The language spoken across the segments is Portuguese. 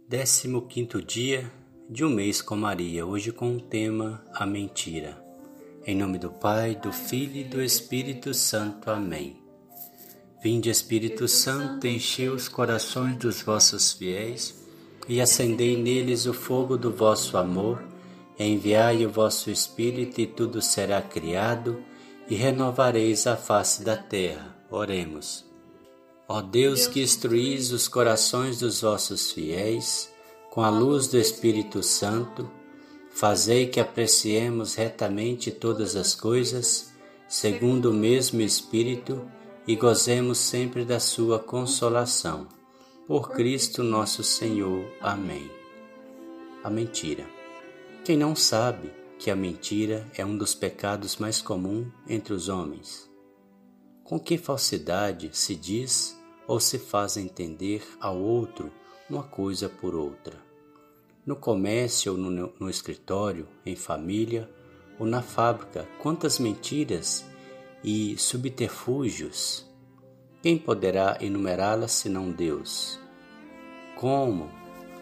15º dia de um mês com Maria, hoje com o tema A Mentira. Em nome do Pai, do Filho e do Espírito Santo. Amém. Vinde, Espírito Santo, enchei os corações dos vossos fiéis e acendei neles o fogo do vosso amor. Enviai o vosso Espírito e tudo será criado e renovareis a face da terra. Oremos. Ó Deus, que instruís os corações dos vossos fiéis com a luz do Espírito Santo, fazei que apreciemos retamente todas as coisas, segundo o mesmo Espírito, e gozemos sempre da sua consolação. Por Cristo nosso Senhor. Amém. A mentira. Quem não sabe que a mentira é um dos pecados mais comuns entre os homens? Com que falsidade se diz ou se faz entender ao outro uma coisa por outra? No comércio ou no escritório, em família ou na fábrica, quantas mentiras e subterfúgios! Quem poderá enumerá-las senão Deus? Como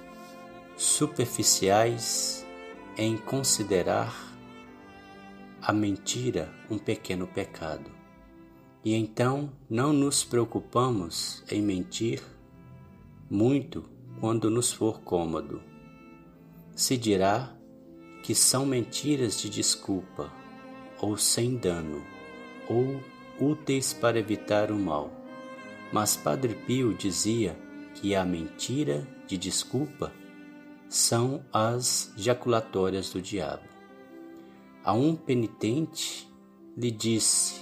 superficiais em considerar a mentira um pequeno pecado. E então não nos preocupamos em mentir muito quando nos for cômodo. Se dirá que são mentiras de desculpa, ou sem dano, ou úteis para evitar o mal. Mas Padre Pio dizia que a mentira de desculpa são as jaculatórias do diabo. A um penitente lhe disse,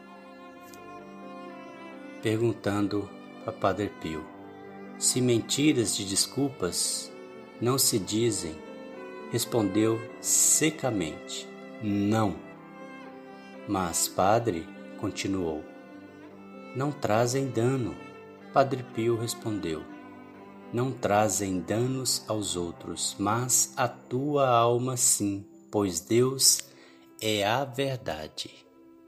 perguntando a Padre Pio, se mentiras de desculpas não se dizem, respondeu secamente, não. Mas, padre, continuou, não trazem dano. Padre Pio respondeu, não trazem danos aos outros, mas a tua alma sim, pois Deus é a verdade.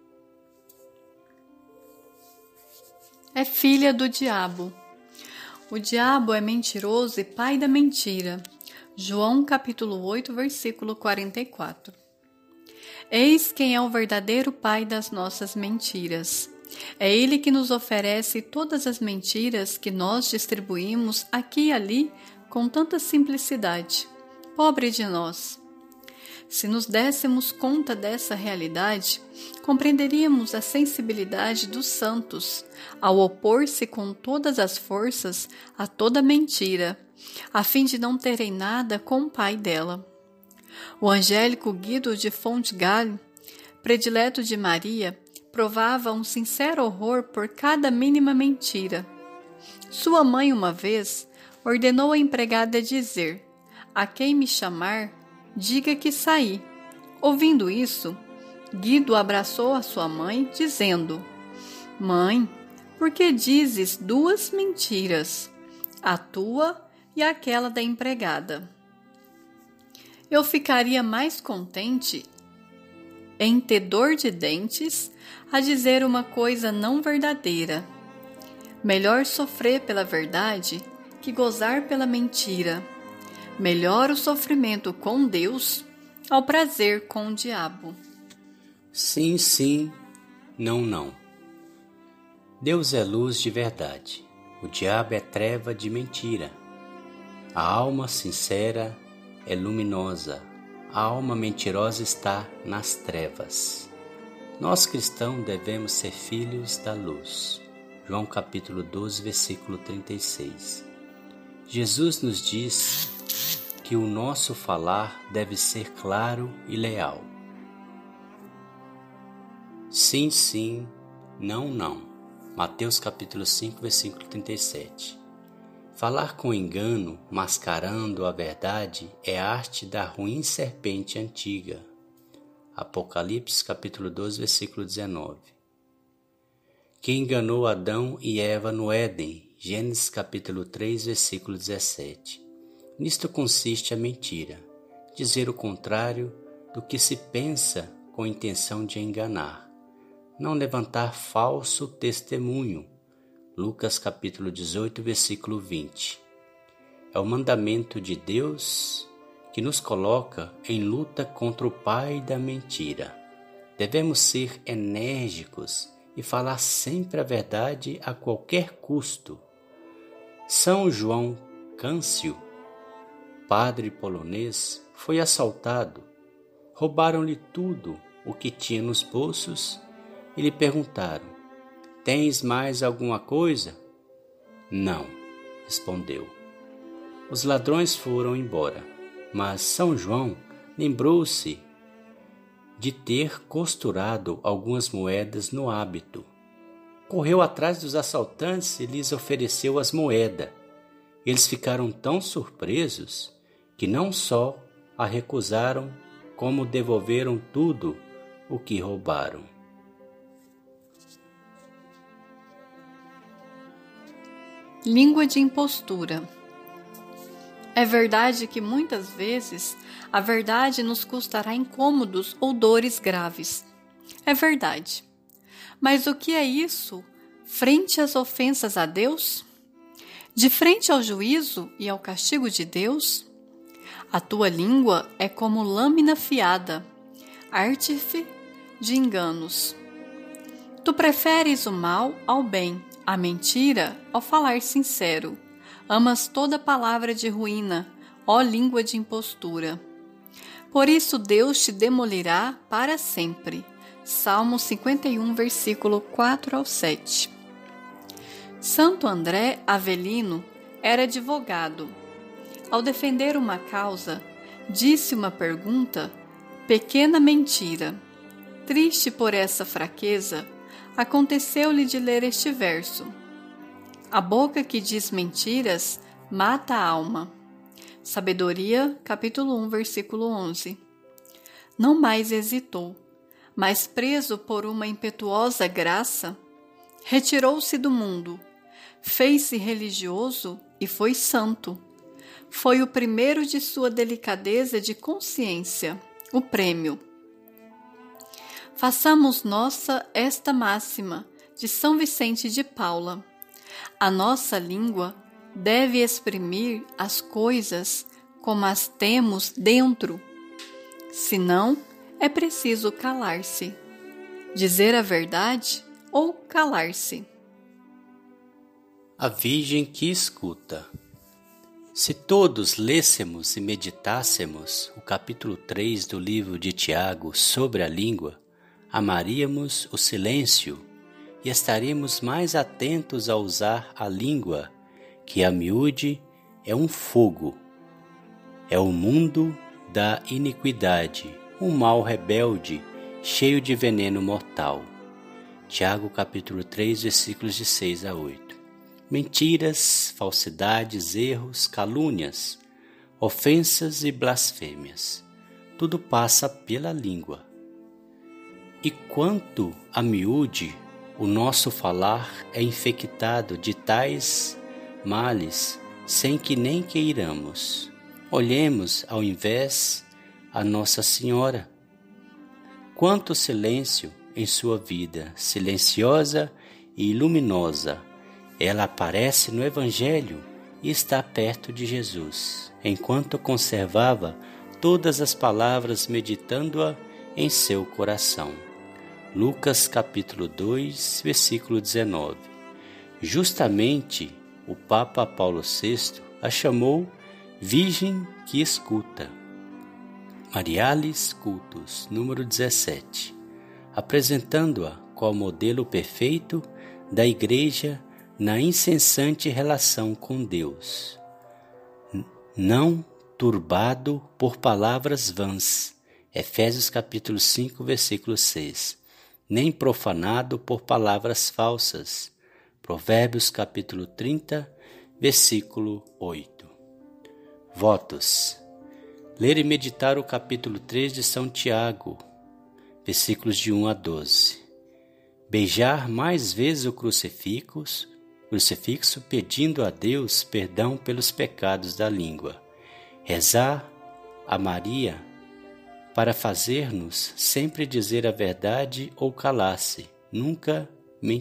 É filha do diabo. O diabo é mentiroso e pai da mentira. João capítulo 8, versículo 44. Eis quem é o verdadeiro pai das nossas mentiras. É ele que nos oferece todas as mentiras que nós distribuímos aqui e ali com tanta simplicidade. Pobre de nós! Se nos dessemos conta dessa realidade, compreenderíamos a sensibilidade dos santos ao opor-se com todas as forças a toda mentira, a fim de não terem nada com o pai dela. O angélico Guido de Fontgale, predileto de Maria, provava um sincero horror por cada mínima mentira. Sua mãe, uma vez, ordenou à empregada dizer: "A quem me chamar, diga que saí." Ouvindo isso, Guido abraçou a sua mãe, dizendo: "Mãe, por que dizes duas mentiras, a tua e aquela da empregada? Eu ficaria mais contente em ter dor de dentes a dizer uma coisa não verdadeira. Melhor sofrer pela verdade que gozar pela mentira. Melhor o sofrimento com Deus ao prazer com o diabo." Sim, sim, não, não. Deus é luz de verdade. O diabo é treva de mentira. A alma sincera é luminosa. A alma mentirosa está nas trevas. Nós cristãos devemos ser filhos da luz. João capítulo 12, versículo 36. Jesus nos diz que o nosso falar deve ser claro e leal. Sim, sim, não, não. Mateus capítulo 5, versículo 37. Falar com engano, mascarando a verdade, é a arte da ruim serpente antiga. Apocalipse capítulo 12, versículo 19. Que enganou Adão e Eva no Éden, Gênesis capítulo 3, versículo 17. Nisto consiste a mentira, dizer o contrário do que se pensa com intenção de enganar. Não levantar falso testemunho, Lucas capítulo 18, versículo 20. é o mandamento de Deus que nos coloca em luta contra o pai da mentira. Devemos ser enérgicos e falar sempre a verdade a qualquer custo. São João Câncio, padre polonês, foi assaltado. Roubaram-lhe tudo o que tinha nos bolsos e lhe perguntaram: "Tens mais alguma coisa?" "Não", respondeu. Os ladrões foram embora, mas São João lembrou-se de ter costurado algumas moedas no hábito. Correu atrás dos assaltantes e lhes ofereceu as moedas. Eles ficaram tão surpresos que não só a recusaram, como devolveram tudo o que roubaram. Língua de impostura. É verdade que muitas vezes a verdade nos custará incômodos ou dores graves. É verdade. Mas o que é isso frente às ofensas a Deus? De frente ao juízo e ao castigo de Deus? A tua língua é como lâmina afiada, artífice de enganos. Tu preferes o mal ao bem, a mentira ao falar sincero. Amas toda palavra de ruína, ó língua de impostura. Por isso Deus te demolirá para sempre. Salmo 51, versículo 4 ao 7. Santo André Avelino era advogado. Ao defender uma causa, disse uma pergunta, pequena mentira. Triste por essa fraqueza, aconteceu-lhe de ler este verso: a boca que diz mentiras mata a alma. Sabedoria, capítulo 1, versículo 11. Não mais hesitou, mas preso por uma impetuosa graça, retirou-se do mundo, fez-se religioso e foi santo. Foi o primeiro de sua delicadeza de consciência, o prêmio. Façamos nossa esta máxima de São Vicente de Paula. A nossa língua deve exprimir as coisas como as temos dentro. Senão, é preciso calar-se. Dizer a verdade ou calar-se. A Virgem que escuta. Se todos lêssemos e meditássemos o capítulo 3 do livro de Tiago sobre a língua, amaríamos o silêncio e estaríamos mais atentos a usar a língua, que a miúde é um fogo. É o mundo da iniquidade, um mal rebelde, cheio de veneno mortal. Tiago capítulo 3, versículos de 6 a 8. Mentiras, falsidades, erros, calúnias, ofensas e blasfêmias. Tudo passa pela língua. E quanto a miúde, o nosso falar é infectado de tais males sem que nem queiramos. Olhemos, ao invés, a Nossa Senhora. Quanto silêncio em sua vida, silenciosa e luminosa. Ela aparece no Evangelho e está perto de Jesus, enquanto conservava todas as palavras meditando-a em seu coração. Lucas capítulo 2, versículo 19. Justamente o Papa Paulo VI a chamou Virgem que escuta. Marialis Cultus, número 17, apresentando-a como modelo perfeito da Igreja na incessante relação com Deus, não turbado por palavras vãs, Efésios capítulo 5, versículo 6, nem profanado por palavras falsas, Provérbios capítulo 30, versículo 8. Votos. Ler e meditar o capítulo 3 de São Tiago, versículos de 1 a 12. Beijar mais vezes o crucifixo, pedindo a Deus perdão pelos pecados da língua. Rezar a Maria para fazer-nos sempre dizer a verdade ou calar-se, nunca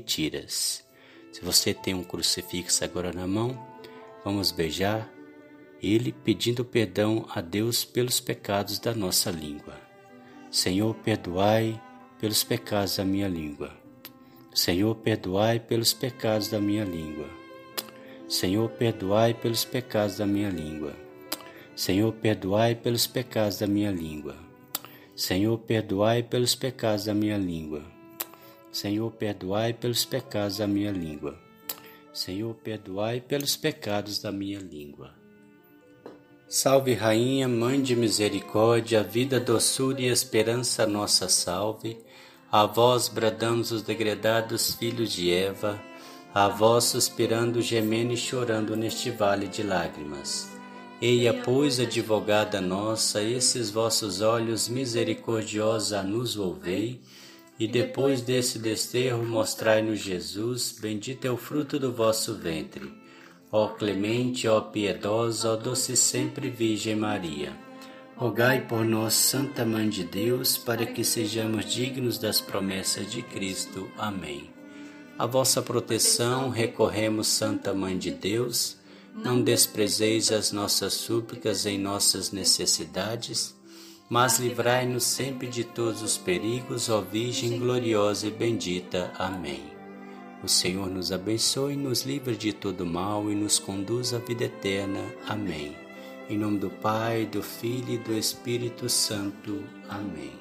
mentiras. Se você tem um crucifixo agora na mão, vamos beijar ele pedindo perdão a Deus pelos pecados da nossa língua. Senhor, perdoai pelos pecados da minha língua. Senhor, perdoai pelos pecados da minha língua. Senhor, perdoai pelos pecados da minha língua. Senhor, perdoai pelos pecados da minha língua. Senhor, perdoai pelos pecados da minha língua. Senhor, perdoai pelos pecados da minha língua. Senhor, perdoai pelos pecados da minha língua. Salve, Rainha, Mãe de Misericórdia, vida, doçura e esperança nossa salve. A vós bradamos os degredados filhos de Eva, a vós suspirando, gemendo e chorando neste vale de lágrimas. Eia, pois, advogada nossa, esses vossos olhos misericordiosos a nos volvei, e depois desse desterro mostrai-nos Jesus, bendito é o fruto do vosso ventre. Ó clemente, ó piedosa, ó doce sempre Virgem Maria, rogai por nós, Santa Mãe de Deus, para que sejamos dignos das promessas de Cristo. Amém. A vossa proteção recorremos, Santa Mãe de Deus. Não desprezeis as nossas súplicas em nossas necessidades, mas livrai-nos sempre de todos os perigos, ó Virgem gloriosa e bendita. Amém. O Senhor nos abençoe, nos livre de todo mal e nos conduz à vida eterna. Amém. Em nome do Pai, do Filho e do Espírito Santo. Amém.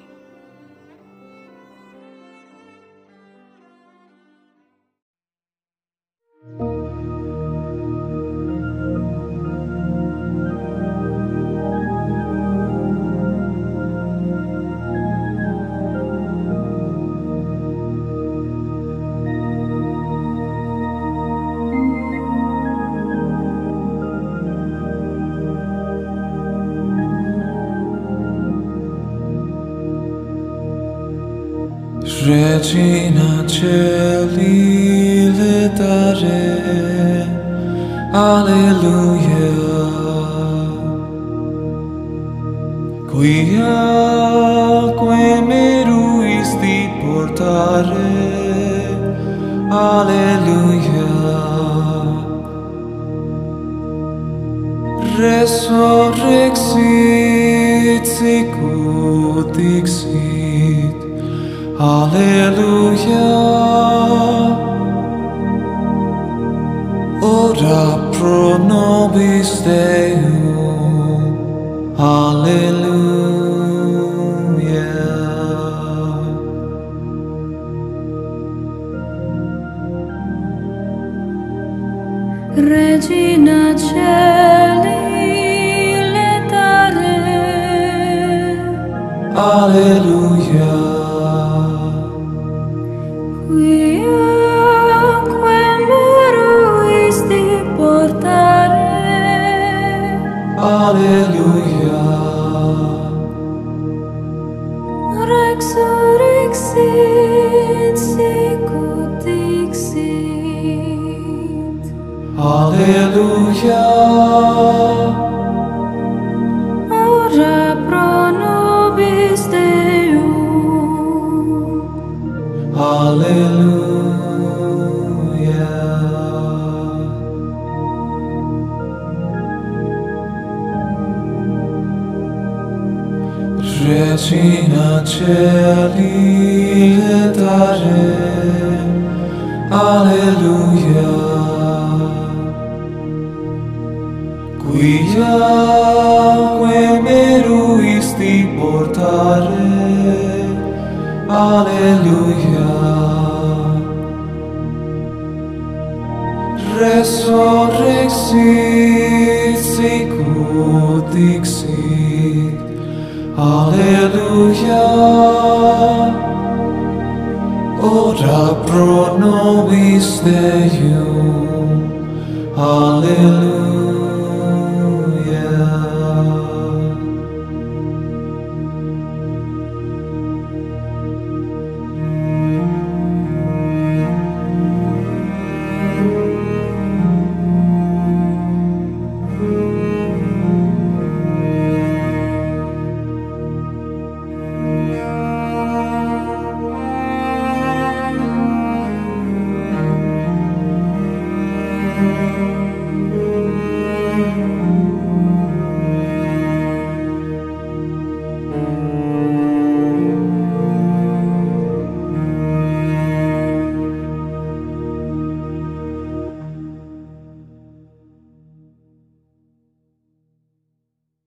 Regina Celi letare, Alleluia. Quiaque meruisti portare, Alleluia. Resurrexit sicut dixit, Alleluia. Ora pro nobis Deum, Alleluia. Regina Celi letare, Alleluia. Quiaque meruisti portare, Alleluia. Resurrexit sicut dixit, Alleluia. ora pro nobis Deum, Alleluia. Regina Celi letare, Alleluia. Quiaque meruisti portare, Alleluia. Resurrexit sicut dixit, Alleluia. Ora pro nobis Deum, Alleluia.